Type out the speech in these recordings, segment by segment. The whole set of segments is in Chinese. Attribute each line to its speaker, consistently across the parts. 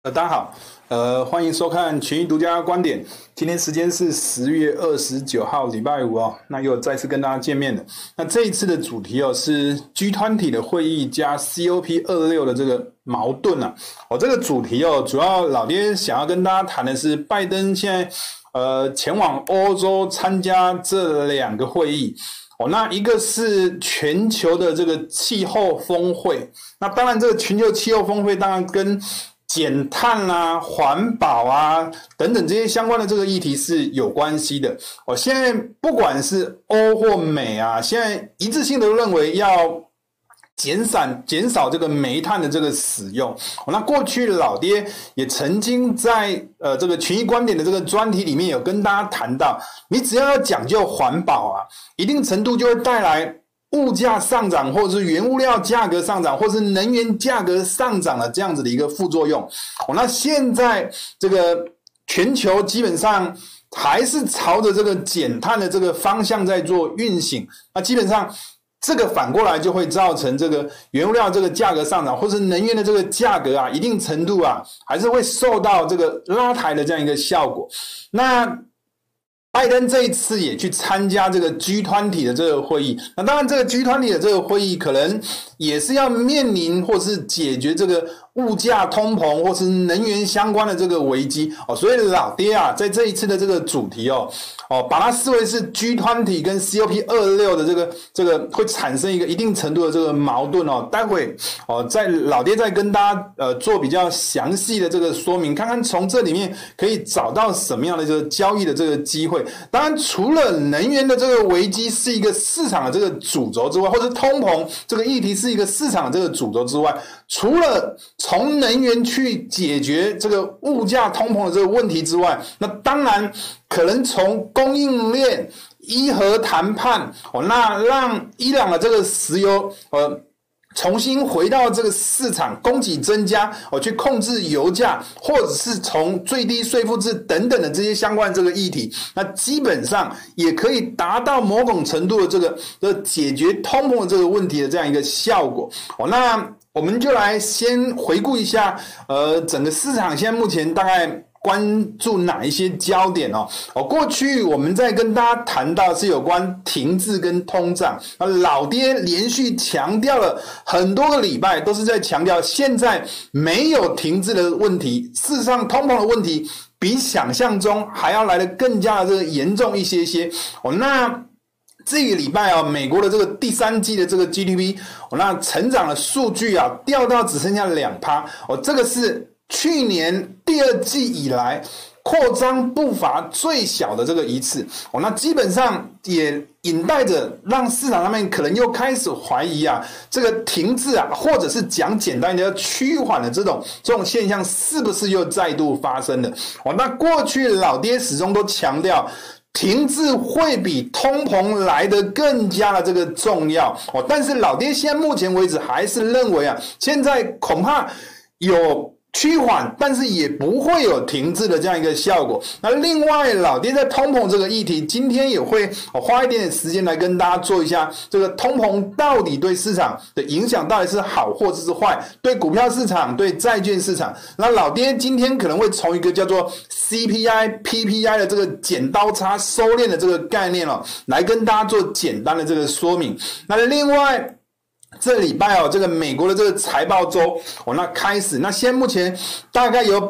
Speaker 1: 大家好，欢迎收看权益独家观点。今天时间是10月29号，礼拜五哦。那又再次跟大家见面了。那这一次的主题是 G20 的会议加 COP26 的这个矛盾啊。这个主题主要老爹想要跟大家谈的是拜登现在前往欧洲参加这两个会议。那一个是全球的这个气候峰会，那当然这个全球气候峰会当然跟减碳啊、环保啊等等这些相关的这个议题是有关系的。现在不管是欧或美啊，现在一致性的认为要减少这个煤炭的这个使用。那过去老爹也曾经在这个权益观点的这个专题里面有跟大家谈到，你只要讲究环保啊，一定程度就会带来物价上涨，或者是原物料价格上涨，或是能源价格上涨的这样子的一个副作用。那现在这个全球基本上还是朝着这个减碳的这个方向在做运行，那基本上这个反过来就会造成这个原物料这个价格上涨，或是能源的这个价格啊，一定程度啊，还是会受到这个拉抬的这样一个效果。那拜登这一次也去参加这个 G20 的这个会议，那当然这个 G20 的这个会议可能也是要面临或是解决这个物价通膨或是能源相关的这个危机所以老爹啊，在这一次的这个主题把它视为是 G20 跟 COP26 的这个会产生一个一定程度的这个矛盾待会在老爹再跟大家做比较详细的这个说明，看看从这里面可以找到什么样的这个交易的这个机会。当然除了能源的这个危机是一个市场的这个主轴之外，或者通膨这个议题是一个市场的这个主轴之外，除了从能源去解决这个物价通膨的这个问题之外，那当然可能从供应链伊核谈判那让伊朗的这个石油重新回到这个市场，供给增加去控制油价，或者是从最低税负制等等的这些相关的这个议题，那基本上也可以达到某种程度的这个解决通膨的这个问题的这样一个效果那我们就来先回顾一下整个市场现在目前大概关注哪一些焦点过去我们在跟大家谈到是有关停滞跟通胀，老爹连续强调了很多个礼拜，都是在强调现在没有停滞的问题，事实上通膨的问题比想象中还要来得更加的这个严重一些那这个礼拜美国的这个第三季的这个 GDP 那成长的数据掉到只剩下 2% 这个是去年第二季以来扩张步伐最小的这个一次那基本上也引带着让市场上面可能又开始怀疑这个停滞或者是讲简单的要趋缓的这种现象是不是又再度发生了那过去老爹始终都强调停滞会比通膨来得更加的这个重要但是老爹现在目前为止还是认为现在恐怕有趋缓，但是也不会有停滞的这样一个效果。那另外老爹在通膨这个议题，今天也会花一点点时间来跟大家做一下这个通膨到底对市场的影响到底是好或者是坏，对股票市场对债券市场。那老爹今天可能会从一个叫做 CPI PPI 的这个剪刀差收敛的这个概念来跟大家做简单的这个说明。那另外这礼拜这个美国的这个财报周那开始，那现在目前大概有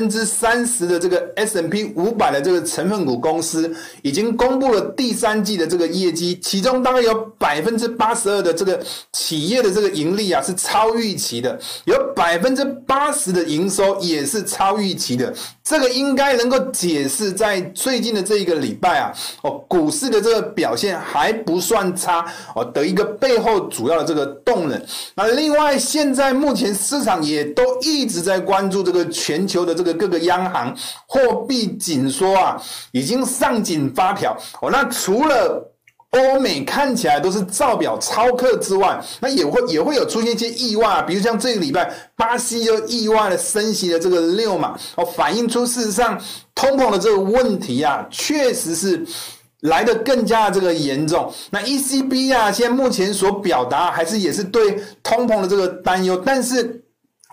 Speaker 1: 30% 的这个 S&P 500的这个成分股公司已经公布了第三季的这个业绩，其中大概有 82% 的这个企业的这个盈利是超预期的，有 80% 的营收也是超预期的。这个应该能够解释在最近的这一个礼拜股市的这个表现还不算差的一个背后主要的这个动能。那另外现在目前市场也都一直在关注这个全球的这个各个央行货币紧缩已经上紧发条那除了欧美看起来都是照表超课之外，那也会有出现一些意外比如像这个礼拜巴西就意外的升息的这个6码反映出事实上通膨的这个问题确实是来得更加的这个严重。那 ECB 现在目前所表达还是也是对通膨的这个担忧，但是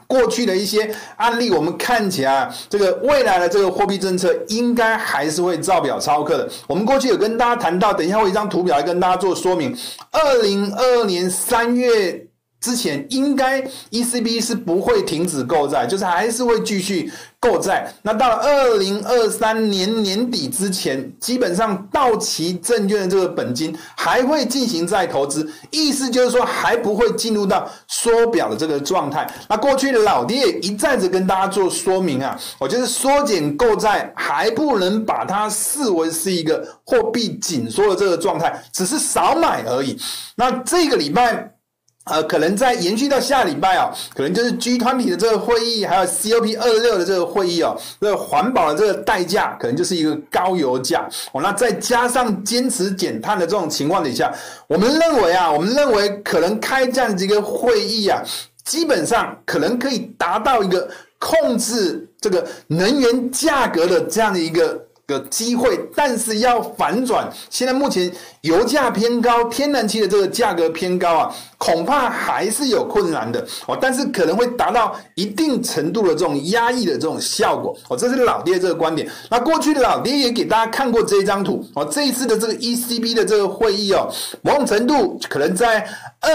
Speaker 1: 过去的一些案例，我们看起来这个未来的这个货币政策应该还是会照表操课的。我们过去有跟大家谈到，等一下我有一张图表来跟大家做说明，2022年3月之前应该 ECB 是不会停止购债，就是还是会继续购债。那到了2023年年底之前，基本上到期证券的这个本金还会进行再投资，意思就是说还不会进入到缩表的这个状态。那过去的老爹也一再的跟大家做说明啊，我就是缩减购债还不能把它视为是一个货币紧缩的这个状态，只是少买而已。那这个礼拜可能在延续到下礼拜可能就是 G20 的这个会议，还有 COP26 的这个会议这个环保的这个代价可能就是一个高油价那再加上坚持减碳的这种情况底下，我们认为可能开这样的一个会议基本上可能可以达到一个控制这个能源价格的这样的一个机会，但是要反转现在目前油价偏高，天然气的这个价格偏高恐怕还是有困难的但是可能会达到一定程度的这种压抑的这种效果这是老爹这个观点。那过去的老爹也给大家看过这一张图这一次的这个 ECB 的这个会议某种程度可能在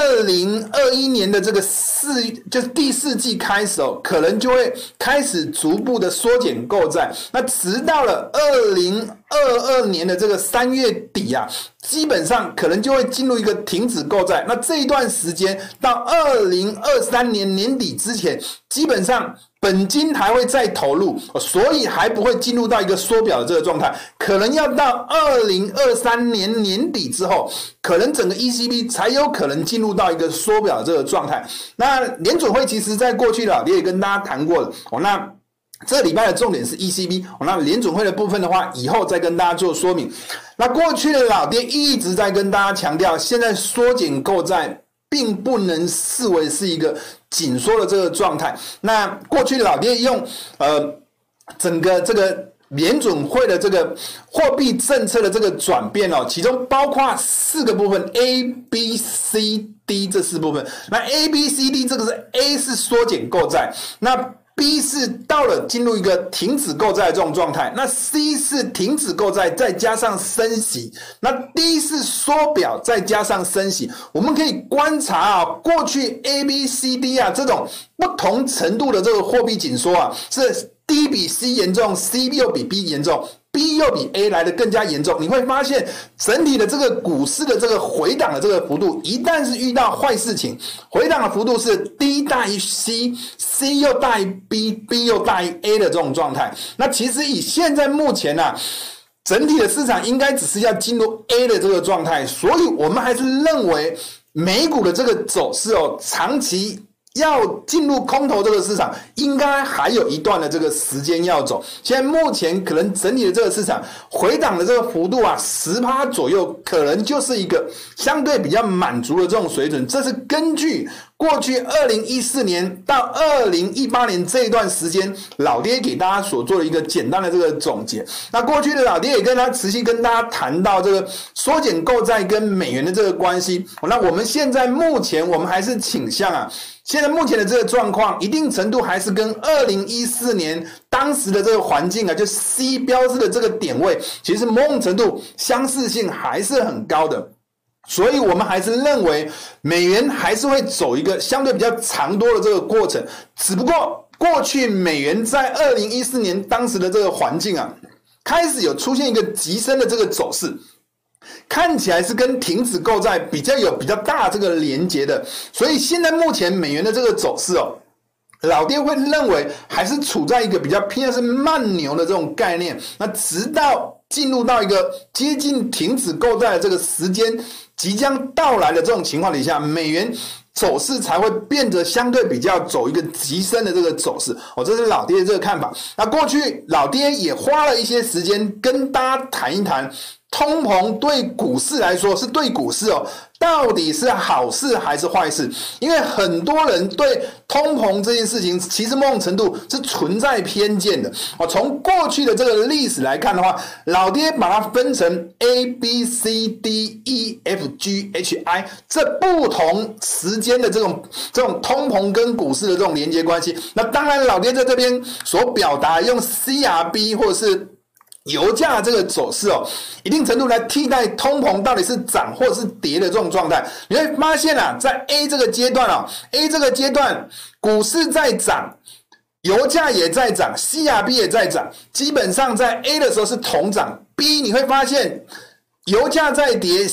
Speaker 1: 2021年的这个就是第4季开始可能就会开始逐步的缩减购债，那直到了2022年的这个3月底基本上可能就会进入一个停止购债。那这一段时间到2023年年底之前，基本上本金还会再投入，所以还不会进入到一个缩表的这个状态，可能要到2023年年底之后，可能整个 ECB 才有可能进入到一个缩表的这个状态。那联准会其实在过去的也跟大家谈过了那这个礼拜的重点是 ECB 那联准会的部分的话，以后再跟大家做说明。那过去的老爹一直在跟大家强调，现在缩减购债并不能视为是一个紧缩的这个状态。那过去的老爹用整个这个联准会的这个货币政策的这个转变其中包括4个部分 A、B、C、D 这4部分。那 A、B、C、D 这个是 A 是缩减购债，那B 是到了进入一个停止购债的这种状态，那 C 是停止购债再加上升息，那 D 是缩表再加上升息。我们可以观察过去 A、B、C、D 这种不同程度的这个货币紧缩是 D 比 C 严重， C 又比 B 严重，B 又比 A 来的更加严重。你会发现整体的这个股市的这个回档的这个幅度，一旦是遇到坏事情，回档的幅度是 D 大于 C，C 又大于 B，B 又大于 A 的这种状态。那其实以现在目前整体的市场应该只是要进入 A 的这个状态，所以我们还是认为美股的这个走势长期要进入空头这个市场，应该还有一段的这个时间要走。现在目前可能整体的这个市场回档的这个幅度10% 左右，可能就是一个相对比较满足的这种水准。这是根据过去2014年到2018年这一段时间，老爹给大家所做的一个简单的这个总结。那过去的老爹也跟他持续跟大家谈到这个缩减购债跟美元的这个关系。那我们现在目前我们还是倾向现在目前的这个状况，一定程度还是跟2014年当时的这个环境就 C 标志的这个点位，其实某种程度相似性还是很高的。所以我们还是认为美元还是会走一个相对比较长多的这个过程，只不过过去美元在2014年当时的这个环境开始有出现一个急升的这个走势，看起来是跟停止购债比较大这个连结的。所以现在目前美元的这个走势老爹会认为还是处在一个比较偏向是慢牛的这种概念，那直到进入到一个接近停止购债的这个时间即将到来的这种情况底下，美元走势才会变得相对比较走一个急升的这个走势这是老爹的这个看法。那过去老爹也花了一些时间跟大家谈一谈通膨对股市来说是对股市到底是好事还是坏事？因为很多人对通膨这件事情，其实某种程度是存在偏见的。从过去的这个历史来看的话，老爹把它分成 A、B、C、D、E、F、G、H、I 这不同时间的这种通膨跟股市的这种连接关系。那当然，老爹在这边所表达用 CRB 或者是油价这个走势一定程度来替代通膨到底是涨或者是跌的这种状态。你会发现在 A 这个阶段A 这个阶段股市在涨，油价也在涨， CRB 也在涨，基本上在 A 的时候是同涨。 B 你会发现油价在跌，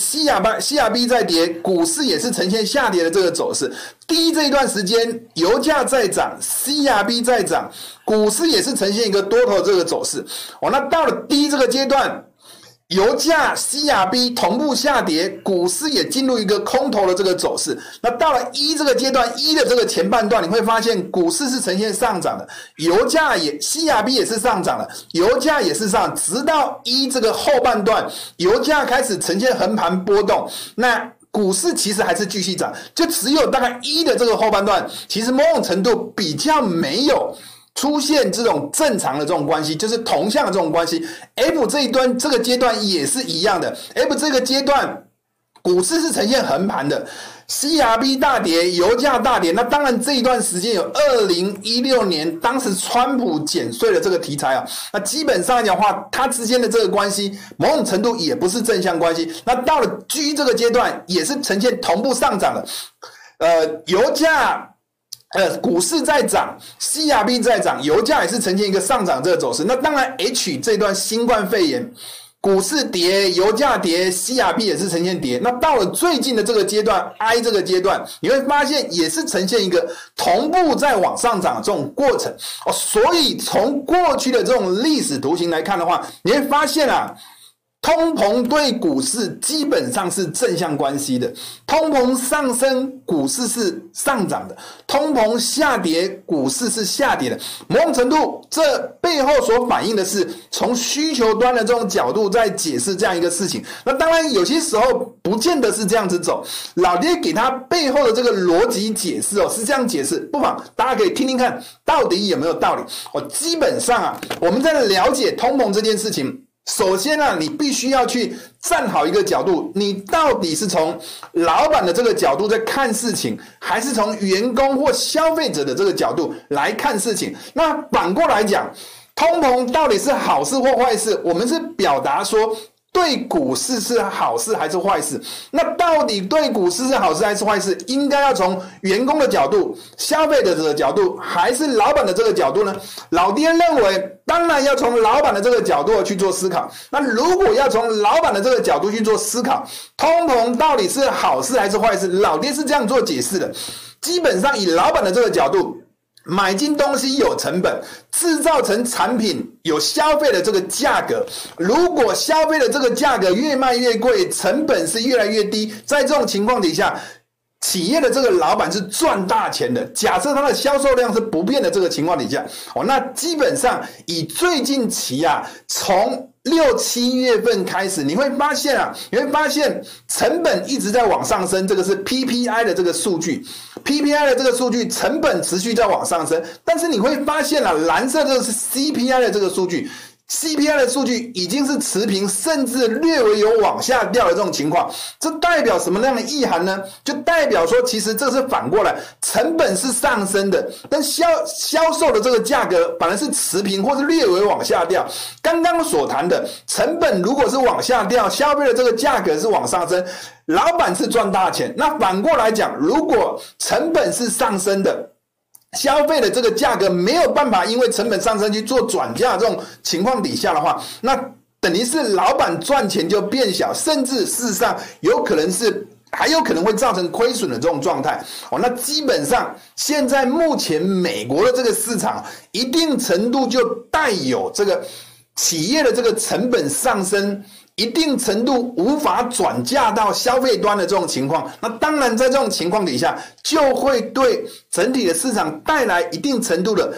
Speaker 1: CRB 在跌，股市也是呈现下跌的这个走势。D 这一段时间油价在涨， CRB 在涨，股市也是呈现一个多头这个走势。那到了 D 这个阶段，油价 CRB 同步下跌，股市也进入一个空头的这个走势。那到了E这个阶段，E的这个前半段，你会发现股市是呈现上涨的，油价也 CRB 也是上涨的，油价也是上，直到E这个后半段，油价开始呈现横盘波动，那股市其实还是继续涨，就只有大概E的这个后半段，其实某种程度比较没有出现这种正常的这种关系，就是同向的这种关系。 F 这一端这个阶段也是一样的， F 这个阶段股市是呈现横盘的， CRB 大跌，油价大跌。那当然这一段时间有2016年当时川普减税的这个题材那基本上来讲的话，它之间的这个关系某种程度也不是正向关系。那到了 G 这个阶段也是呈现同步上涨的，油价股市在涨， CRB 在涨，油价也是呈现一个上涨这个走势。那当然 H 这段新冠肺炎，股市跌，油价跌， CRB 也是呈现跌。那到了最近的这个阶段 I 这个阶段，你会发现也是呈现一个同步在往上涨的这种过程所以从过去的这种历史图形来看的话，你会发现通膨对股市基本上是正向关系的，通膨上升，股市是上涨的；通膨下跌，股市是下跌的。某种程度，这背后所反映的是从需求端的这种角度在解释这样一个事情。那当然，有些时候不见得是这样子走。老爹给他背后的这个逻辑解释是这样解释，不妨大家可以听听看，到底有没有道理。基本上我们在了解通膨这件事情，首先你必须要去站好一个角度，你到底是从老板的这个角度在看事情，还是从员工或消费者的这个角度来看事情。那反过来讲，通膨到底是好事或坏事，我们是表达说对股市是好事还是坏事。那到底对股市是好事还是坏事，应该要从员工的角度、消费者的角度，还是老板的这个角度呢？老爹认为当然要从老板的这个角度去做思考。那如果要从老板的这个角度去做思考，通膨到底是好事还是坏事，老爹是这样做解释的。基本上以老板的这个角度，买进东西有成本，制造成产品有消费的这个价格，如果消费的这个价格越卖越贵，成本是越来越低，在这种情况底下，企业的这个老板是赚大钱的。假设他的销售量是不变的这个情况底下那基本上以最近期从6、7月份开始，你会发现成本一直在往上升，这个是 PPI 的这个数据 ，PPI 的这个数据成本持续在往上升，但是你会发现蓝色这个是 CPI 的这个数据。CPI 的数据已经是持平，甚至略微有往下掉的这种情况，这代表什么样的意涵呢？就代表说，其实这是反过来，成本是上升的，但销售的这个价格反而是持平或是略微往下掉。刚刚所谈的成本如果是往下掉，消费的这个价格是往上升，老板是赚大钱。那反过来讲，如果成本是上升的，消费的这个价格没有办法因为成本上升去做转嫁这种情况底下的话，那等于是老板赚钱就变小，甚至事实上还有可能会造成亏损的这种状态那基本上现在目前美国的这个市场一定程度就带有这个企业的这个成本上升一定程度无法转嫁到消费端的这种情况，那当然在这种情况底下就会对整体的市场带来一定程度的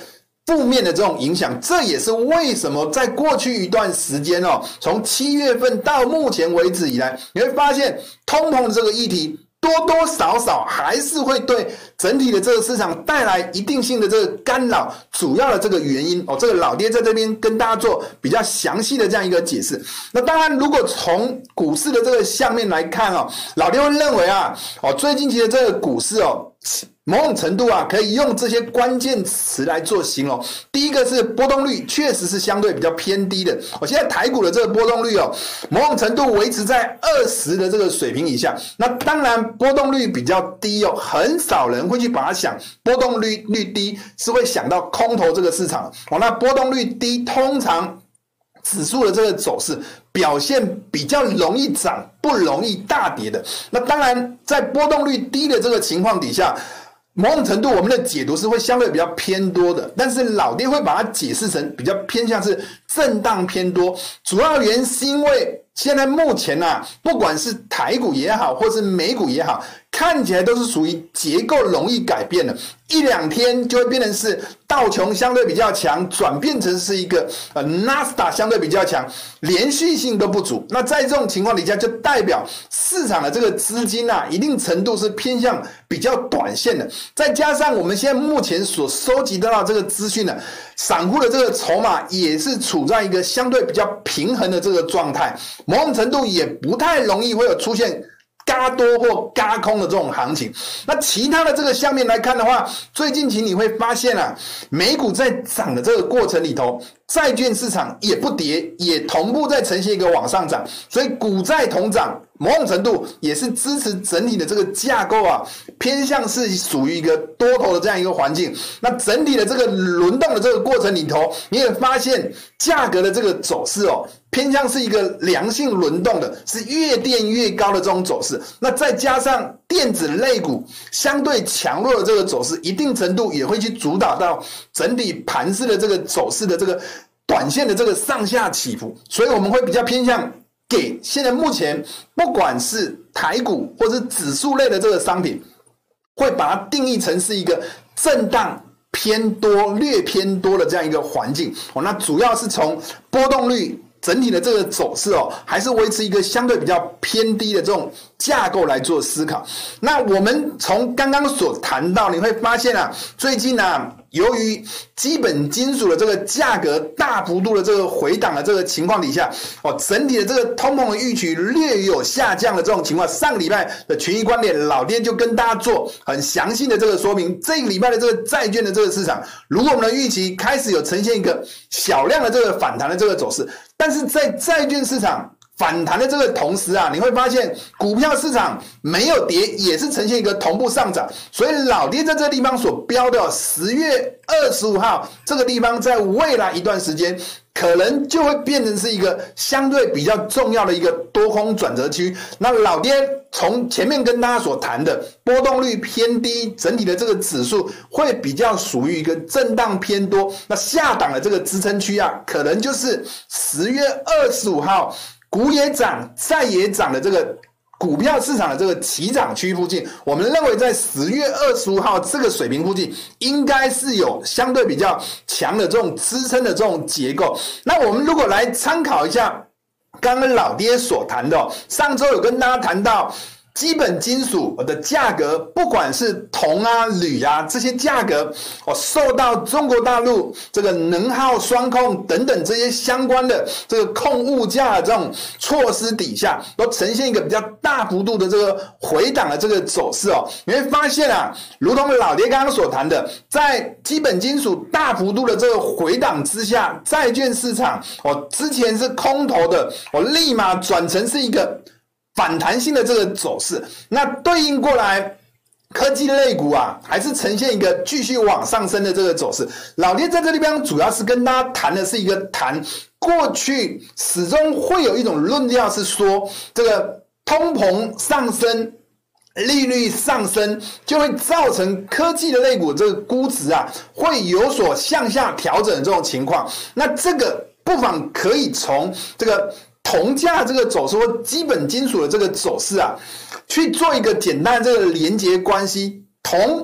Speaker 1: 负面的这种影响，这也是为什么在过去一段时间从7月份到目前为止以来，你会发现通膨的这个议题多多少少还是会对整体的这个市场带来一定性的这个干扰，主要的这个原因这个老爹在这边跟大家做比较详细的这样一个解释。那当然，如果从股市的这个项面来看老爹会认为最近期的这个股市某种程度可以用这些关键词来做形容。第一个是波动率确实是相对比较偏低的。现在台股的这个波动率某种程度维持在20的这个水平以下。那当然波动率比较低很少人会去把它想波动率低是会想到空头这个市场。那波动率低通常指数的这个走势表现比较容易涨，不容易大跌的。那当然在波动率低的这个情况底下，某种程度我们的解读是会相对比较偏多的，但是老爹会把它解释成比较偏向是震荡偏多。主要原因是因为现在目前不管是台股也好或是美股也好，看起来都是属于结构容易改变的，一两天就会变成是道琼相对比较强，转变成是一个纳斯达相对比较强，连续性都不足。那在这种情况底下，就代表市场的这个资金一定程度是偏向比较短线的。再加上我们现在目前所收集到的这个资讯散户的这个筹码也是处在一个相对比较平衡的这个状态，某种程度也不太容易会有出现嘎多或嘎空的这种行情。那其他的这个项面来看的话，最近期你会发现美股在涨的这个过程里头，债券市场也不跌，也同步在呈现一个往上涨，所以股债同涨，某种程度也是支持整体的这个架构偏向是属于一个多头的这样一个环境。那整体的这个轮动的这个过程里头，你也发现价格的这个走势偏向是一个良性轮动的，是越垫越高的这种走势。那再加上电子类股相对强弱的这个走势，一定程度也会去主导到整体盘势的这个走势的这个短线的这个上下起伏。所以我们会比较偏向给现在目前不管是台股或是指数类的这个商品，会把它定义成是一个震荡偏多、略偏多的这样一个环境。那主要是从波动率整体的这个走势还是维持一个相对比较偏低的这种架构来做思考。那我们从刚刚所谈到，你会发现最近由于基本金属的这个价格大幅度的这个回档的这个情况底下，整体的这个通膨的预期略有下降的这种情况。上个礼拜的群益观点，老爹就跟大家做很详细的这个说明。这个礼拜的这个债券的这个市场，如果我们的预期开始有呈现一个小量的这个反弹的这个走势，但是在债券市场反弹的这个同时你会发现股票市场没有跌，也是呈现一个同步上涨。所以老爹在这个地方所标的10月25号这个地方，在未来一段时间可能就会变成是一个相对比较重要的一个多空转折区。那老爹从前面跟大家所谈的波动率偏低，整体的这个指数会比较属于一个震荡偏多，那下档的这个支撑区可能就是10月25号股也涨债也涨的这个股票市场的这个起涨区附近。我们认为在10月25号这个水平附近应该是有相对比较强的这种支撑的这种结构。那我们如果来参考一下刚刚老爹所谈的上周有跟大家谈到基本金属的价格，不管是铜铝这些价格受到中国大陆这个能耗双控等等这些相关的这个控物价的这种措施底下，都呈现一个比较大幅度的这个回档的这个走势你会发现如同老爹刚刚所谈的，在基本金属大幅度的这个回档之下，债券市场之前是空头的立马转成是一个反弹性的这个走势。那对应过来科技类股还是呈现一个继续往上升的这个走势。老爹在这地方主要是跟大家谈的是一个过去始终会有一种论调是说，这个通膨上升，利率上升，就会造成科技的类股这个估值会有所向下调整的这种情况。那这个不妨可以从这个铜价这个走势或基本金属的这个走势去做一个简单的这个连结关系。铜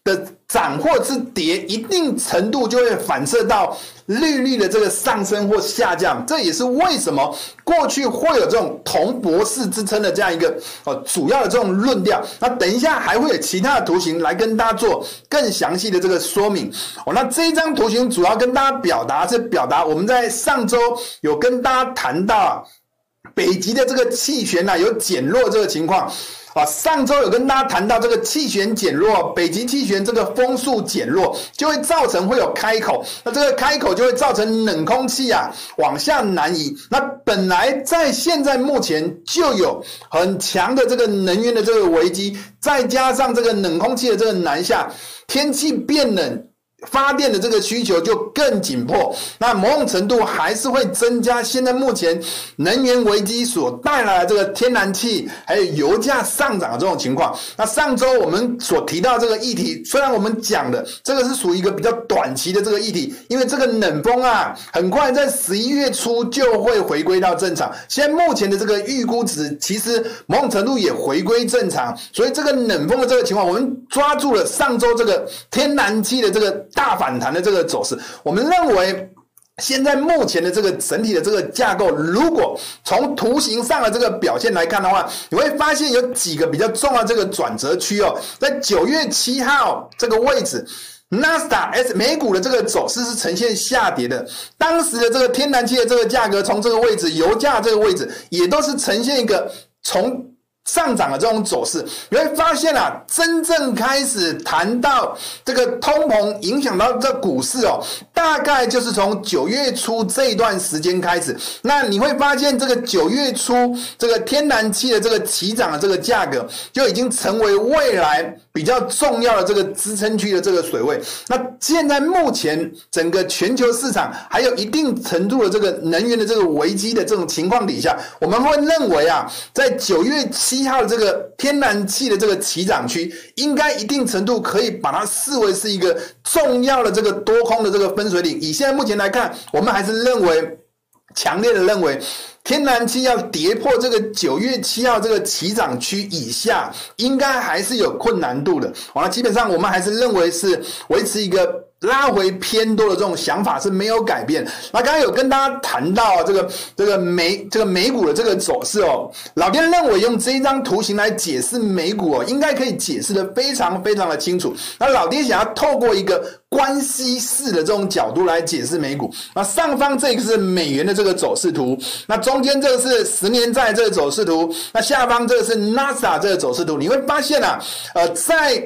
Speaker 1: 的涨或是跌，一定程度就会反射到利率的这个上升或下降。这也是为什么过去会有这种铜博士之称的这样一个主要的这种论调。那等一下还会有其他的图形来跟大家做更详细的这个说明。那这一张图形主要跟大家表达我们在上周有跟大家谈到北极的这个气旋有减弱这个情况。上周有跟大家谈到这个气旋减弱，北极气旋这个风速减弱，就会造成会有开口，那这个开口就会造成冷空气往下南移。那本来在现在目前就有很强的这个能源的这个危机，再加上这个冷空气的这个南下，天气变冷，发电的这个需求就更紧迫，那某种程度还是会增加现在目前能源危机所带来的这个天然气还有油价上涨的这种情况。那上周我们所提到这个议题，虽然我们讲的这个是属于一个比较短期的这个议题，因为这个冷风很快在11月初就会回归到正常，现在目前的这个预估值其实某种程度也回归正常，所以这个冷风的这个情况，我们抓住了上周这个天然气的这个大反弹的这个走势，我们认为现在目前的这个整体的这个架构，如果从图形上的这个表现来看的话，你会发现有几个比较重要的这个转折区在9月7号这个位置，纳斯达克美股的这个走势是呈现下跌的，当时的这个天然气的这个价格从这个位置，油价这个位置也都是呈现一个从上涨的这种走势。你会发现真正开始谈到这个通膨影响到这股市大概就是从9月初这一段时间开始。那你会发现这个9月初这个天然气的这个起涨的这个价格就已经成为未来比较重要的这个支撑区的这个水位。那现在目前整个全球市场还有一定程度的这个能源的这个危机的这种情况底下，我们会认为在9月7号的这个天然气的这个起涨区，应该一定程度可以把它视为是一个重要的这个多空的这个分水岭。以现在目前来看，我们还是认为强烈的认为天然气要跌破这个9月7号这个起涨区以下，应该还是有困难度的。那基本上我们还是认为是维持一个拉回偏多的这种想法是没有改变。那刚刚有跟大家谈到这个美股的这个走势老爹认为用这一张图形来解释美股应该可以解释的非常非常的清楚。那老爹想要透过一个关系式的这种角度来解释美股。那上方这个是美元的这个走势图，那中间这个是10年债这个走势图，那下方这个是 NASA 这个走势图。你会发现在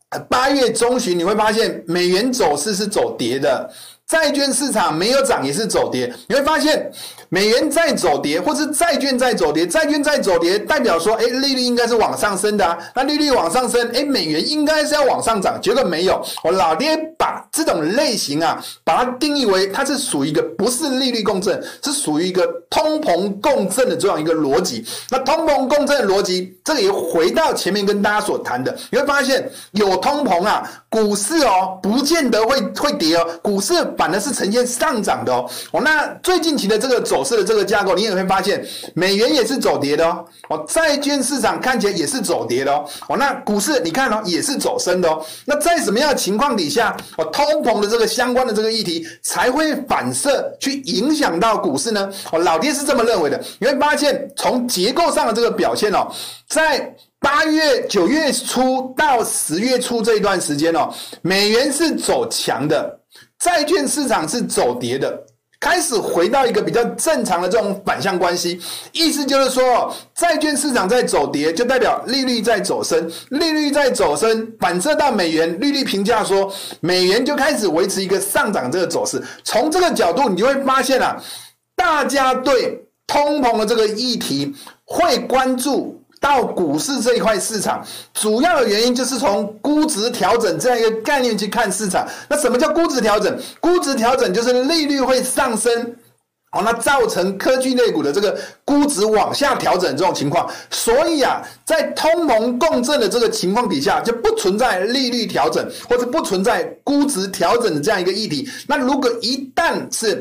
Speaker 1: 8月中旬你会发现美元走势是走跌的，债券市场没有涨也是走跌。你会发现美元在走跌，或是债券在走跌，债券在走跌代表说利率应该是往上升的那利率往上升美元应该是要往上涨，结果没有。我老爹把这种类型把它定义为它是属于一个不是利率共振，是属于一个通膨共振的这样一个逻辑。那通膨共振的逻辑，这个也回到前面跟大家所谈的，你会发现有通膨股市不见得会跌股市反而是呈现上涨的那最近期的这个走势的这个架构，你也会发现美元也是走跌的债券市场看起来也是走跌的那股市你看也是走升的那在什么样的情况底下通膨的这个相关的这个议题才会反射去影响到股市呢？老爹是这么认为的。你会发现从结构上的这个表现在9月初到10月初这一段时间美元是走强的，债券市场是走跌的，开始回到一个比较正常的这种反向关系。意思就是说债券市场在走跌，就代表利率在走升，利率在走升反射到美元，利率评价说美元就开始维持一个上涨这个走势。从这个角度你就会发现大家对通膨的这个议题会关注到股市这一块市场，主要的原因就是从估值调整这样一个概念去看市场。那什么叫估值调整？估值调整就是利率会上升那造成科技类股的这个估值往下调整这种情况。所以在通膨共振的这个情况底下，就不存在利率调整或者不存在估值调整的这样一个议题。那如果一旦是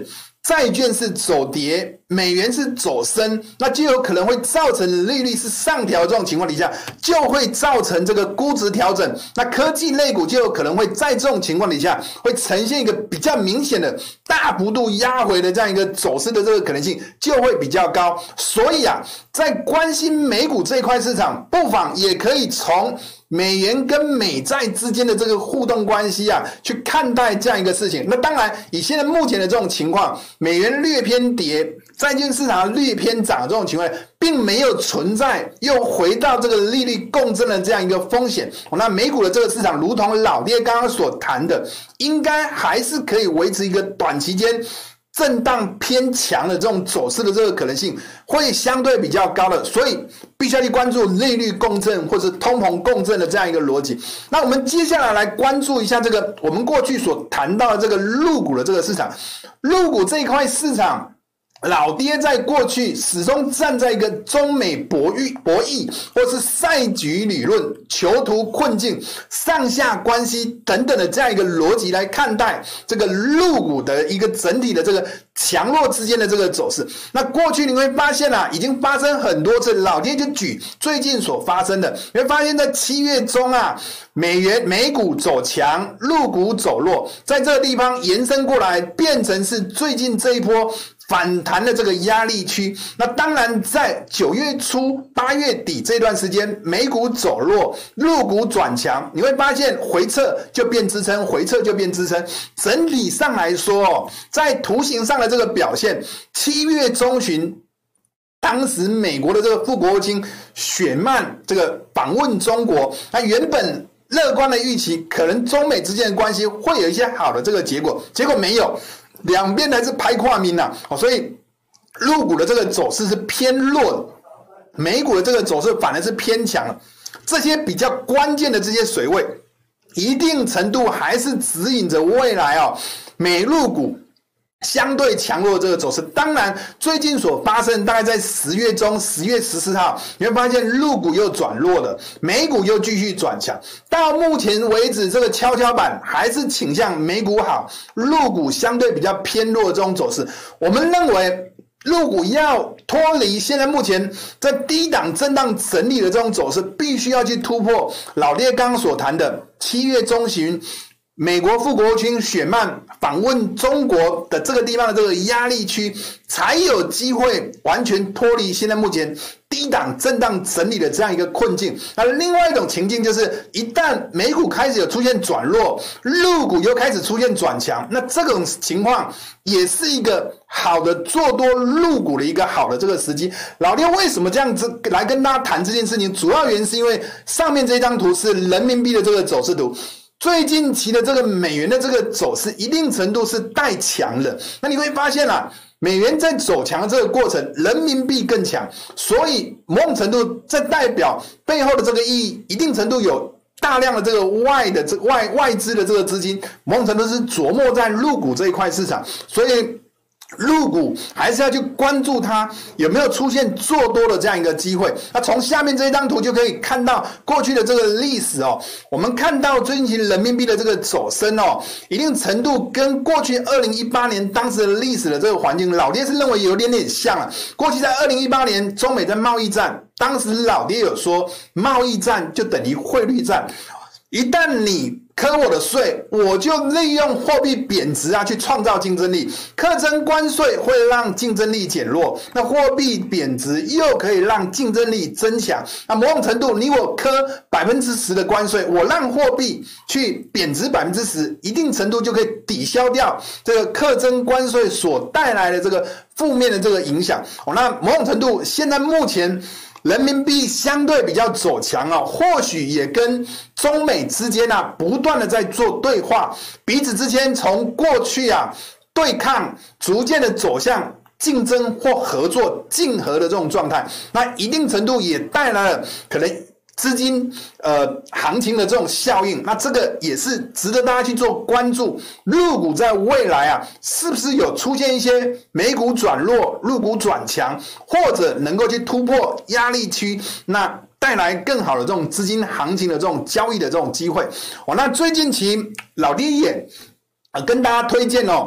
Speaker 1: 债券是走跌，美元是走升，那就有可能会造成利率是上调这种情况底下，就会造成这个估值调整。那科技类股就有可能会在这种情况底下，会呈现一个比较明显的大幅度压回的这样一个走势的这个可能性就会比较高。所以啊，在关心美股这一块市场，不妨也可以从美元跟美债之间的这个互动关系啊，去看待这样一个事情。那当然，以现在目前的这种情况，美元略偏跌，债券市场略偏涨的这种情况，并没有存在又回到这个利率共振的这样一个风险。那美股的这个市场，如同老爹刚刚所谈的，应该还是可以维持一个短期间震荡偏强的这种走势的这个可能性会相对比较高的，所以必须要去关注利率共振或者通膨共振的这样一个逻辑。那我们接下来来关注一下这个我们过去所谈到的这个陆股的这个市场，陆股这一块市场，老爹在过去始终站在一个中美博弈或是赛局理论、囚徒困境、上下关系等等的这样一个逻辑来看待这个陆股的一个整体的这个强弱之间的这个走势。那过去你会发现啊，已经发生很多次，老爹就举最近所发生的，你会发现在7月中啊，美股走强，陆股走弱，在这个地方延伸过来，变成是最近这一波反弹的这个压力区。那当然在9月初8月底这段时间，美股走弱，陆股转强，你会发现回撤就变支撑，回撤就变支撑。整体上来说在图形上的这个表现，7月中旬当时美国的这个副国务卿雪曼这个访问中国，那原本乐观的预期可能中美之间的关系会有一些好的这个结果，结果没有，两边还是拍跨民啊，所以陆股的这个走势是偏弱的，美股的这个走势反而是偏强的。这些比较关键的这些水位，一定程度还是指引着未来美陆股相对强弱的这个走势。当然最近所发生大概在10月中10月14号，你会发现陆股又转弱了，美股又继续转强。到目前为止，这个跷跷板还是倾向美股好，陆股相对比较偏弱的这种走势。我们认为陆股要脱离现在目前在低档震荡整理的这种走势，必须要去突破老爹刚刚所谈的7月中旬美国副国务卿雪曼访问中国的这个地方的这个压力区，才有机会完全脱离现在目前低档震荡整理的这样一个困境。那另外一种情境就是，一旦美股开始有出现转弱，陆股又开始出现转强，那这种情况也是一个好的做多陆股的一个好的这个时机。老爹为什么这样子来跟大家谈这件事情，主要原因是因为上面这张图是人民币的这个走势图，最近期的这个美元的这个走势一定程度是带强的，那你会发现啊，美元在走强的这个过程，人民币更强，所以某种程度在代表背后的这个意义，一定程度有大量的这个外资的这个资金，某种程度是琢磨在陆股这一块市场，所以陆股还是要去关注它有没有出现做多的这样一个机会。那从下面这一张图就可以看到过去的这个历史我们看到最近期人民币的这个走升一定程度跟过去2018年当时的历史的这个环境，老爹是认为有点像了。过去在2018年中美在贸易战，当时老爹有说贸易战就等于汇率战，一旦你课我的税，我就利用货币贬值去创造竞争力，课征关税会让竞争力减弱，那货币贬值又可以让竞争力增强。那某种程度你我课10%的关税，我让货币去贬值10%，一定程度就可以抵消掉这个课征关税所带来的这个负面的这个影响。那某种程度现在目前人民币相对比较走强或许也跟中美之间不断的在做对话，彼此之间从过去对抗逐渐的走向竞争或合作竞合的这种状态，那一定程度也带来了可能资金行情的这种效应，那这个也是值得大家去做关注。陆股在未来是不是有出现一些美股转弱、陆股转强，或者能够去突破压力区，那带来更好的这种资金行情的这种交易的这种机会。那最近期老爹也跟大家推荐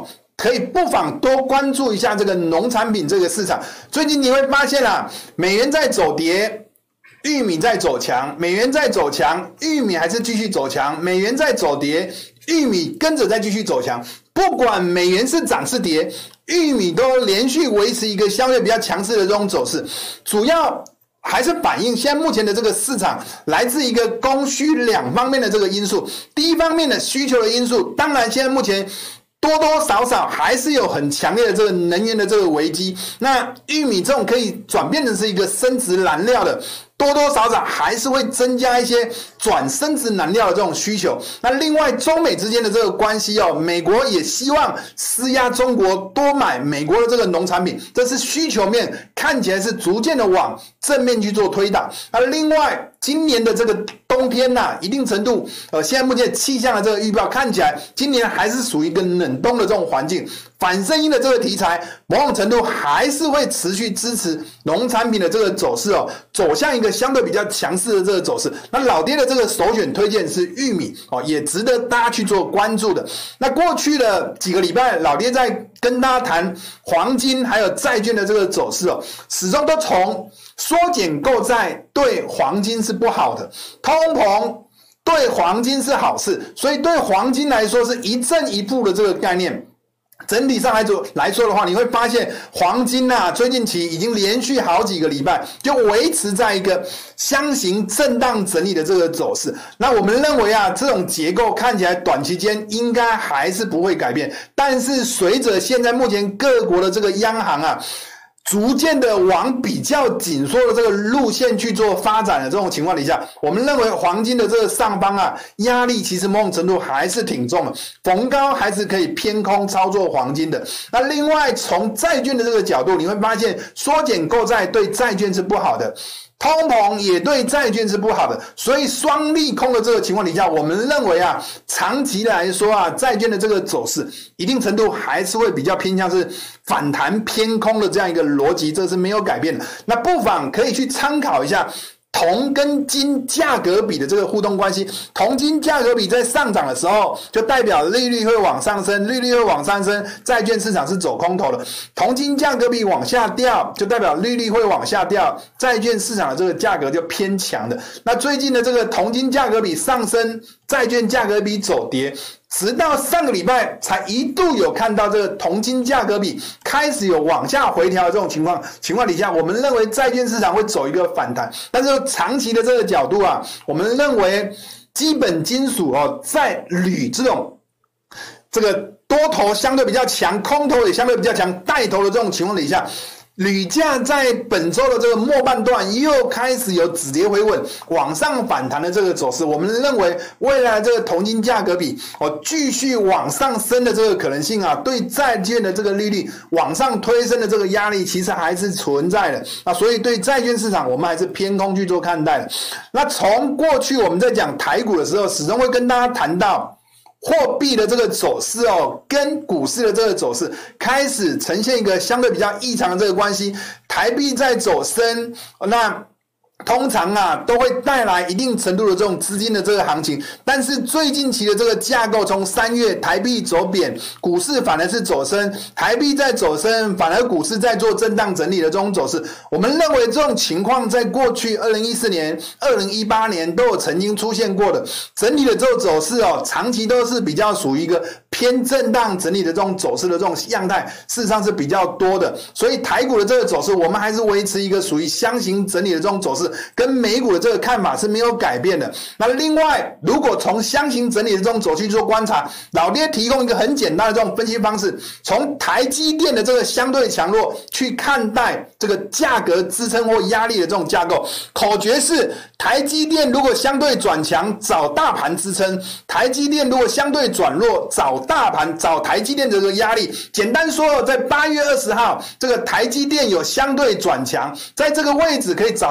Speaker 1: 可以不妨多关注一下这个农产品这个市场。最近你会发现啊，美元在走跌，玉米在走强，美元在走强，玉米还是继续走强，美元在走跌，玉米跟着再继续走强。不管美元是涨是跌，玉米都连续维持一个相对比较强势的这种走势，主要还是反映现在目前的这个市场来自一个供需两方面的这个因素。第一方面的需求的因素，当然现在目前多多少少还是有很强烈的这个能源的这个危机，那玉米这种可以转变成是一个生质燃料的，多多少少还是会增加一些转生质燃料的这种需求。那另外中美之间的这个关系美国也希望施压中国多买美国的这个农产品，这是需求面看起来是逐渐的往正面去做推导。那另外今年的这个冬天一定程度现在目前气象的这个预报看起来今年还是属于一个冷冻的这种环境，反声音的这个题材某种程度还是会持续支持农产品的这个走势走向一个相对比较强势的这个走势。那老爹的这个首选推荐是玉米也值得大家去做关注的。那过去的几个礼拜，老爹在跟大家谈黄金还有债券的这个走势始终都从缩减购债对黄金是不好的，通膨对黄金是好事，所以对黄金来说是一正一负的这个概念。整体上来说的话，你会发现黄金最近期已经连续好几个礼拜就维持在一个箱型震荡整理的这个走势。那我们认为这种结构看起来短期间应该还是不会改变，但是随着现在目前各国的这个央行逐渐的往比较紧缩的这个路线去做发展的这种情况底下，我们认为黄金的这个上方压力其实某种程度还是挺重的，逢高还是可以偏空操作黄金的。那另外从债券的这个角度，你会发现缩减购债对债券是不好的，通膨也对债券是不好的，所以双利空的这个情况底下，我们认为长期来说债券的这个走势一定程度还是会比较偏向是反弹偏空的这样一个逻辑，这是没有改变的。那不妨可以去参考一下铜跟金价格比的这个互动关系。铜金价格比在上涨的时候，就代表利率会往上升，利率会往上升，债券市场是走空头的。铜金价格比往下掉，就代表利率会往下掉，债券市场的这个价格就偏强的。那最近的这个铜金价格比上升，债券价格比走跌，直到上个礼拜才一度有看到这个铜金价格比开始有往下回调的这种情况底下，我们认为债券市场会走一个反弹。但是长期的这个角度我们认为基本金属在铝这个多头相对比较强，空头也相对比较强，带头的这种情况底下，铝价在本周的这个末半段又开始有止跌回稳往上反弹的这个走势。我们认为未来这个铜金价格比继续往上升的这个可能性对债券的这个利率往上推升的这个压力其实还是存在的。那所以对债券市场我们还是偏空去做看待的。那从过去我们在讲台股的时候，始终会跟大家谈到货币的这个走势跟股市的这个走势开始呈现一个相对比较异常的这个关系。台币在走升，那通常都会带来一定程度的这种资金的这个行情，但是最近期的这个架构，从3月台币走贬，股市反而是走升，台币在走升，反而股市在做震荡整理的这种走势。我们认为这种情况在过去2014年、2018年都有曾经出现过的，整体的这种走势长期都是比较属于一个偏震荡整理的这种走势的这种样态，事实上是比较多的。所以台股的这个走势，我们还是维持一个属于箱型整理的这种走势，跟美股的这个看法是没有改变的。那另外，如果从箱型整理的这种走势去做观察，老爹提供一个很简单的这种分析方式，从台积电的这个相对强弱去看待这个价格支撑或压力的这种架构。口诀是：台积电如果相对转强，找大盘支撑；台积电如果相对转弱，找台积电的这个压力。简单说，在8月20号，这个台积电有相对转强，在这个位置可以找到一个相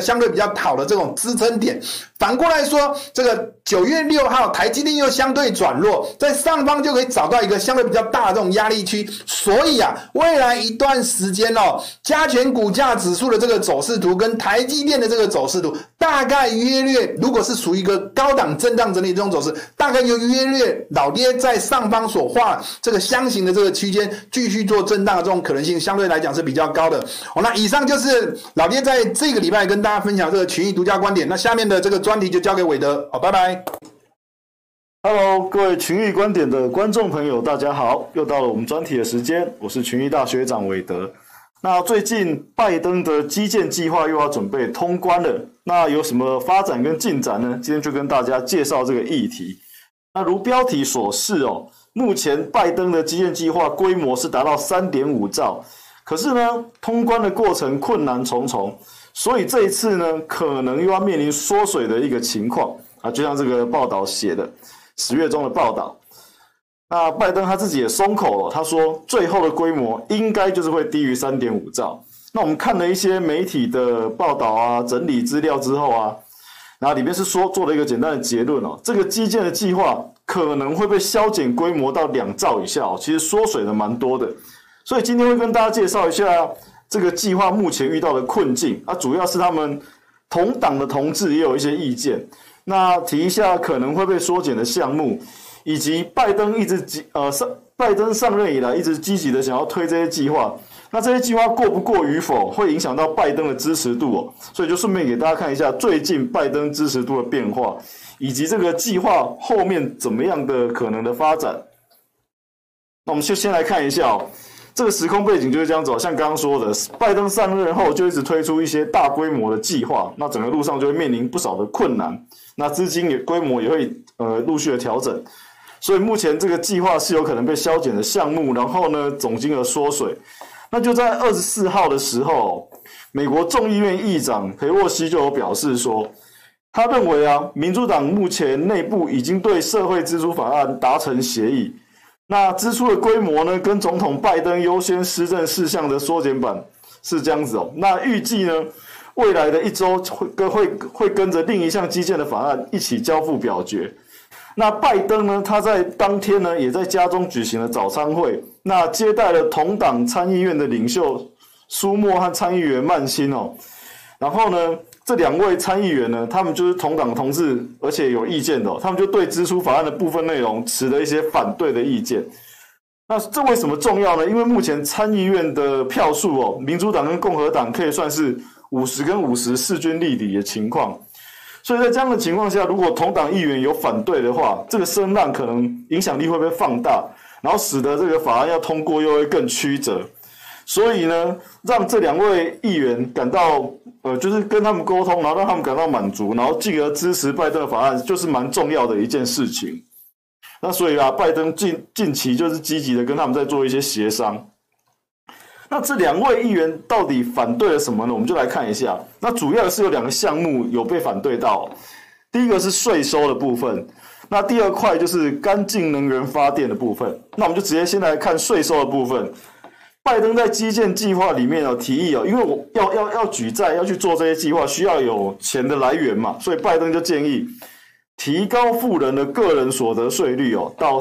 Speaker 1: 相对比较好的这种支撑点。反过来说，这个9月6号台积电又相对转弱，在上方就可以找到一个相对比较大的这种压力区。所以啊，未来一段时间哦，加权股价指数的这个走势图跟台积电的这个走势图，大概约略，如果是属于一个高档震荡整理这种走势，大概就约略老爹在上方所画这个箱型的这个区间继续做震荡的这种可能性，相对来讲是比较高的。那以上就是老爹在这个礼拜跟大家分享这个群益独家观点。那下面的这个专题就交给伟德，拜拜。
Speaker 2: Hello， 各位群益观点的观众朋友，大家好，又到了我们专题的时间，我是群益大学长韦德。那最近拜登的基建计划又要准备通关了，那有什么发展跟进展呢？今天就跟大家介绍这个议题。那如标题所示哦，目前拜登的基建计划规模是达到 3.5 兆，可是呢，通关的过程困难重重，所以这一次呢，可能又要面临缩水的一个情况啊，就像这个报道写的，10月中的报道。那拜登他自己也松口了，他说最后的规模应该就是会低于 3.5 兆。那我们看了一些媒体的报道啊，整理资料之后啊，然后里面是说做了一个简单的结论哦，这个基建的计划可能会被削减规模到2兆以下哦，其实缩水的蛮多的。所以今天会跟大家介绍一下这个计划目前遇到的困境啊，主要是他们同党的同志也有一些意见。那提一下可能会被缩减的项目，以及拜登拜登上任以来一直积极的想要推这些计划，那这些计划过不过与否，会影响到拜登的支持度哦。所以就顺便给大家看一下最近拜登支持度的变化，以及这个计划后面怎么样的可能的发展。那我们就先来看一下哦。这个时空背景就是这样子，像刚刚说的，拜登上任后就一直推出一些大规模的计划，那整个路上就会面临不少的困难，那资金规模也会陆续的调整，所以目前这个计划是有可能被削减的项目，然后呢总金额缩水。那就在24号的时候，美国众议院议长裴洛西就有表示说，他认为啊，民主党目前内部已经对社会支出法案达成协议。那支出的规模呢，跟总统拜登优先施政事项的缩减版是这样子哦。那预计呢，未来的1周会跟着另一项基建的法案一起交付表决。那拜登呢，他在当天呢，也在家中举行了早餐会，那接待了同党参议院的领袖苏默和参议员曼辛哦。然后呢，这2位参议员呢，他们就是同党同志，而且有意见的哦，他们就对支出法案的部分内容持了一些反对的意见。那这为什么重要呢？因为目前参议院的票数哦，民主党跟共和党可以算是50跟50势均力敌的情况。所以在这样的情况下，如果同党议员有反对的话，这个声浪可能影响力会被放大，然后使得这个法案要通过又会更曲折。所以呢，让这2位议员感到就是跟他们沟通，然后让他们感到满足，然后进而支持拜登的法案，就是蛮重要的一件事情。那所以啊，拜登近期就是积极的跟他们在做一些协商。那这2位议员到底反对了什么呢？我们就来看一下。那主要是有2个项目有被反对到，第一个是税收的部分，那第2块就是干净能源发电的部分。那我们就直接先来看税收的部分。拜登在基建计划里面提议因为我要举债要去做这些计划，需要有钱的来源嘛，所以拜登就建议提高富人的个人所得税率到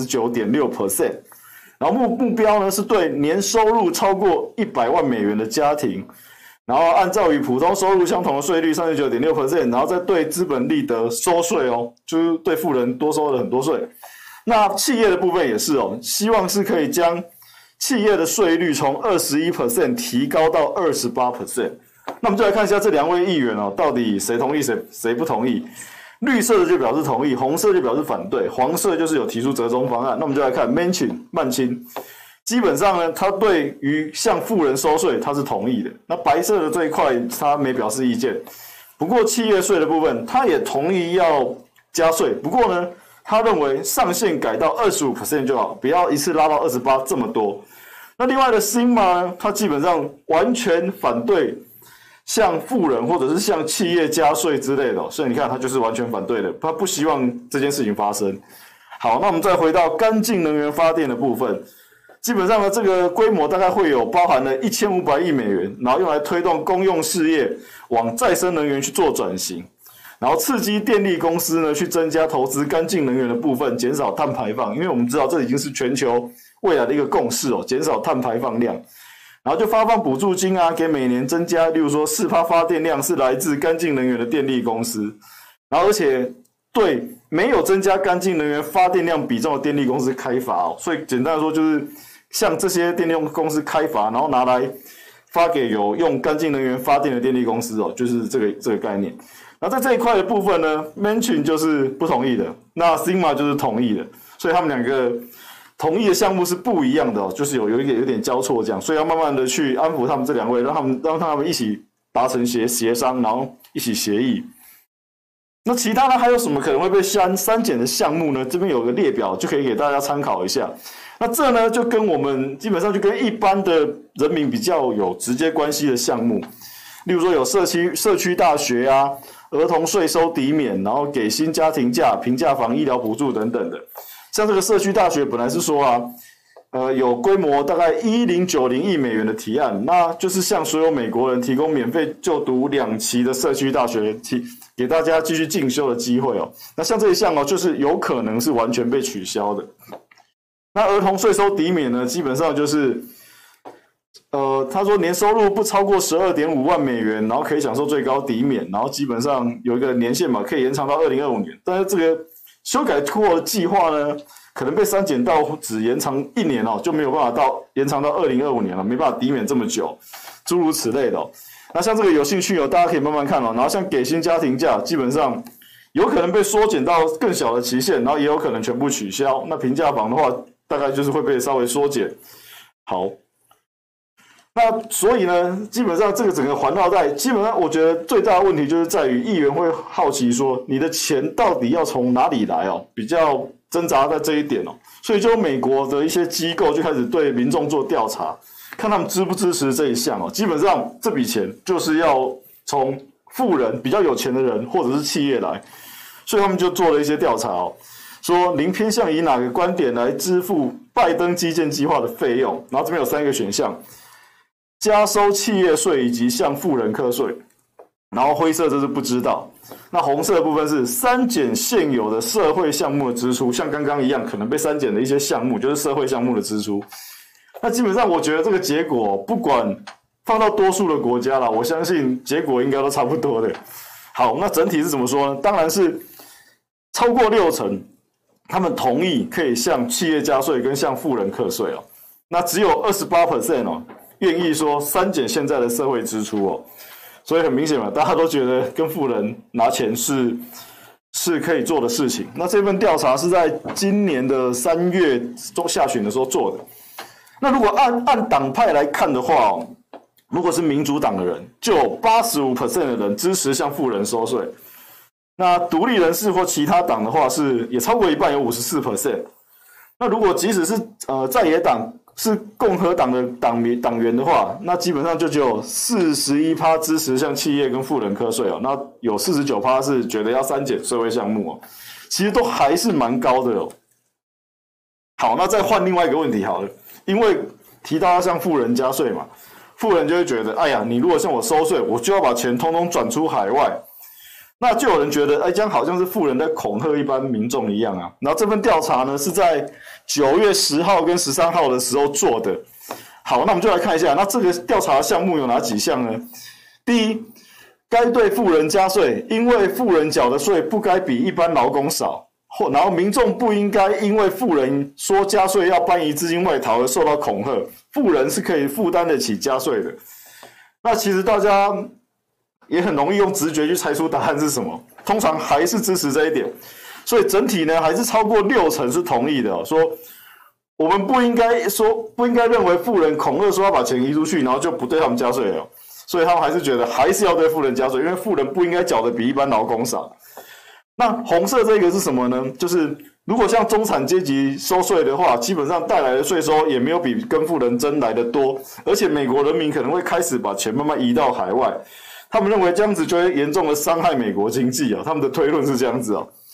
Speaker 2: 39.6%， 然后目标呢是对年收入超过100万美元的家庭，然后按照与普通收入相同的税率 39.6%， 然后再对资本利得收税就是对富人多收了很多税。那企业的部分也是希望是可以将企业的税率从 21% 提高到 28%。 那我们就来看一下这2位议员到底谁同意谁不同意。绿色的就表示同意，红色就表示反对，黄色就是有提出折中方案。那我们就来看曼钦，基本上呢，他对于向富人收税他是同意的。那白色的这一块他没表示意见，不过企业税的部分他也同意要加税，不过呢，他认为上限改到 25% 就好，不要一次拉到28%这么多。那另外的辛马呢，他基本上完全反对向富人或者是向企业加税之类的，所以你看他就是完全反对的，他不希望这件事情发生。好，那我们再回到干净能源发电的部分。 基本上呢，这个规模大概会有包含了1500亿美元，然后用来推动公用事业往再生能源去做转型，然后刺激电力公司呢去增加投资干净能源的部分，减少碳排放。因为我们知道这已经是全球未来的一个共识哦，减少碳排放量。然后就发放补助金啊，给每年增加，例如说4%发电量是来自干净能源的电力公司，然后而且对没有增加干净能源发电量比重的电力公司开罚哦。所以简单的说就是向这些电力公司开罚，然后拿来发给有用干净能源发电的电力公司哦，就是这个概念。然后在这一块的部分呢 ，Manchin 就是不同意的，那 Sinema 就是同意的，所以他们两个同意的项目是不一样的哦，就是有点交错这样，所以要慢慢的去安抚他们这两位，让他们一起达成协商，然后一起协议。那其他呢还有什么可能会被删减的项目呢？这边有个列表就可以给大家参考一下。那这呢就跟我们基本上就跟一般的人民比较有直接关系的项目，例如说有社区大学啊，儿童税收抵免，然后给薪家庭假、平价房、医疗补助等等的。像这个社区大学本来是说啊，有规模大概1090亿美元的提案，那就是向所有美国人提供免费就读2期的社区大学，给大家继续进修的机会哦。那像这一项哦，就是有可能是完全被取消的。那儿童税收抵免呢，基本上就是，他说年收入不超过12.5万美元，然后可以享受最高抵免，然后基本上有一个年限嘛，可以延长到2025年，但是这个修改过的计划呢，可能被删减到只延长1年哦，就没有办法延长到2025年了，没办法抵免这么久，诸如此类的哦。那像这个有兴趣哦，大家可以慢慢看哦。然后像给薪家庭假，基本上有可能被缩减到更小的期限，然后也有可能全部取消。那平价房的话，大概就是会被稍微缩减。好，那所以呢，基本上这个整个环绕带，基本上我觉得最大的问题就是在于议员会好奇说，你的钱到底要从哪里来哦，比较挣扎在这一点哦。所以就美国的一些机构就开始对民众做调查，看他们支不支持这一项哦。基本上这笔钱就是要从富人、比较有钱的人或者是企业来，所以他们就做了一些调查哦，说您偏向以哪个观点来支付拜登基建计划的费用？然后这边有3个选项。加收企业税以及向富人课税，然后灰色这是不知道，那红色的部分是删减现有的社会项目的支出，像刚刚一样可能被删减的一些项目就是社会项目的支出。那基本上我觉得这个结果不管放到多数的国家啦，我相信结果应该都差不多的。好，那整体是怎么说呢？当然是超过60%他们同意可以向企业加税跟向富人课税哦，那只有28% 哦愿意说删减现在的社会支出哦，所以很明显嘛，大家都觉得跟富人拿钱是可以做的事情。那这份调查是在今年的3月中下旬的时候做的。那如果按党派来看的话哦，如果是民主党的人，就有85% 的人支持向富人收税。那独立人士或其他党的话也超过一半，有54%。那如果即使是在野党是共和党的党员的话，那基本上就只有41%支持向企业跟富人课税哦，那有49%是觉得要删减社会项目哦，其实都还是蛮高的哦。好，那再换另外一个问题好了，因为提到要向富人加税嘛，富人就会觉得，哎呀，你如果向我收税，我就要把钱通通转出海外。那就有人觉得，哎，这样好像是富人在恐吓一般民众一样啊。然后这份调查呢是在9月10号跟13号的时候做的。好，那我们就来看一下，那这个调查项目有哪几项呢？第一，该对富人加税，因为富人缴的税不该比一般劳工少，然后民众不应该因为富人说加税要搬移资金外逃而受到恐吓，富人是可以负担得起加税的。那其实大家也很容易用直觉去猜出答案是什么，通常还是支持这一点，所以整体呢还是超过60%是同意的哦，说我们不应该认为富人恐吓说要把钱移出去，然后就不对他们加税了，所以他们还是觉得还是要对富人加税，因为富人不应该缴的比一般劳工少。那红色这个是什么呢？就是如果像中产阶级收税的话，基本上带来的税收也没有比跟富人争来的多，而且美国人民可能会开始把钱慢慢移到海外。他们认为这样子就会严重的伤害美国经济啊，他们的推论是这样子啊。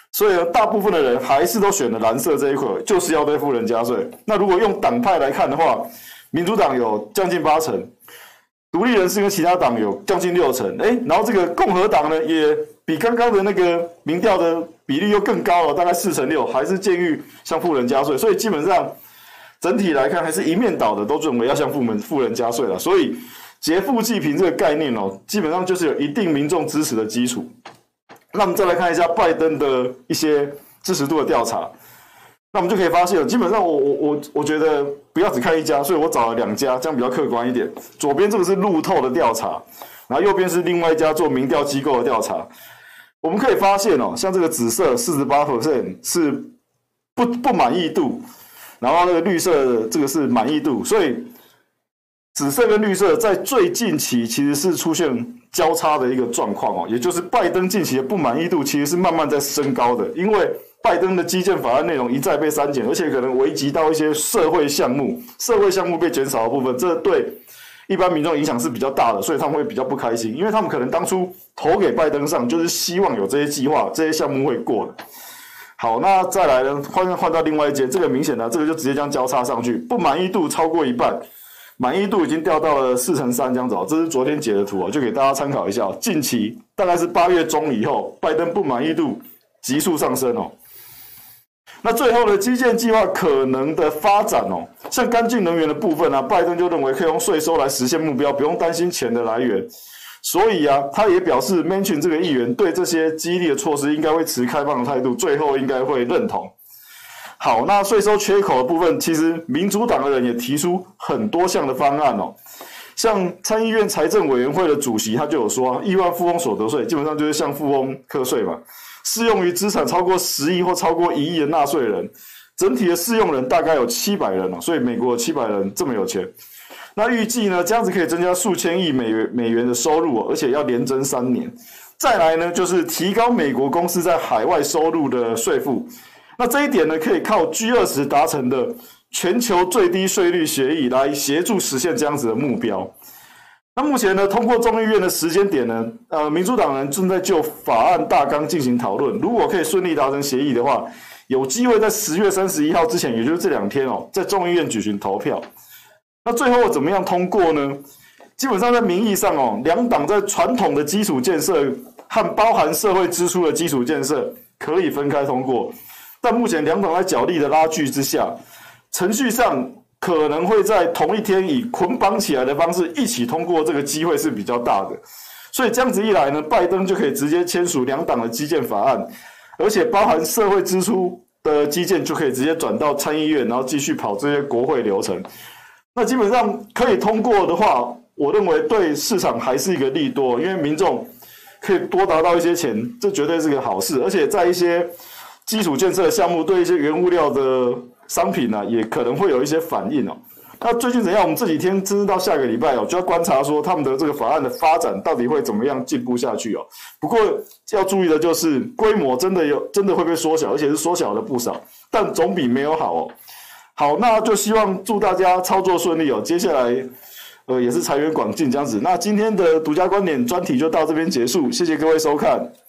Speaker 2: 所以呢，大部分的人还是都选了蓝色这一块，就是要对富人加税。那如果用党派来看的话，民主党有将近80%，独立人士跟其他党有将近60%，然后这个共和党呢，也比刚刚的那个民调的比例又更高了，大概46%，还是建议向富人加税。所以基本上整体来看，还是一面倒的都认为要向富人加税了。所以劫富济贫这个概念基本上就是有一定民众支持的基础。那我们再来看一下拜登的一些支持度的调查，那我们就可以发现，基本上我觉得不要只看一家，所以我找了2家，这样比较客观一点。左边这个是路透的调查，然后右边是另外一家做民调机构的调查。我们可以发现像这个紫色 48% 是不满意度，然后那个绿色的这个是满意度，所以紫色跟绿色在最近期其实是出现交叉的一个状况也就是拜登近期的不满意度其实是慢慢在升高的，因为拜登的基建法案内容一再被删减，而且可能危及到一些社会项目被减少的部分，这对一般民众影响是比较大的，所以他们会比较不开心，因为他们可能当初投给拜登上就是希望有这些计划、这些项目会过的。好，那再来呢，换到另外一间，这个明显的，这个就直接将交叉上去，不满意度超过一半。满意度已经掉到了4/3这样子这是昨天截的图就给大家参考一下近期大概是8月中以后，拜登不满意度急速上升那最后的基建计划可能的发展像干净能源的部分拜登就认为可以用税收来实现目标，不用担心钱的来源。所以他也表示 Manchin 这个议员对这些激励的措施应该会持开放的态度，最后应该会认同。好，那税收缺口的部分，其实民主党的人也提出很多项的方案像参议院财政委员会的主席他就有说亿万富翁所得税基本上就是向富翁课税嘛，适用于资产超过10亿或超过1亿的纳税人，整体的适用人大概有700人所以美国有700人这么有钱。那预计呢，这样子可以增加数千亿美元的收入而且要连增3年。再来呢，就是提高美国公司在海外收入的税负。那这一点呢，可以靠 G20 达成的全球最低税率协议来协助实现这样子的目标。那目前呢，通过众议院的时间点呢，民主党人正在就法案大纲进行讨论。如果可以顺利达成协议的话，有机会在10月31号之前，也就是这2天在众议院举行投票。那最后怎么样通过呢？基本上在名义上两党在传统的基础建设和包含社会支出的基础建设可以分开通过。但目前两党在角力的拉锯之下，程序上可能会在同一天以捆绑起来的方式一起通过，这个机会是比较大的。所以这样子一来呢，拜登就可以直接签署两党的基建法案，而且包含社会支出的基建就可以直接转到参议院，然后继续跑这些国会流程。那基本上可以通过的话，我认为对市场还是一个利多，因为民众可以多拿到一些钱，这绝对是个好事。而且在一些基础建设的项目，对一些原物料的商品也可能会有一些反应那最近怎样？我们这几天甚至到下个礼拜就要观察说他们的这个法案的发展到底会怎么样进步下去不过要注意的就是规模真的会被缩小，而且是缩小了不少，但总比没有好好，那就希望祝大家操作顺利接下来也是财源广进这样子。那今天的独家观点专题就到这边结束，谢谢各位收看。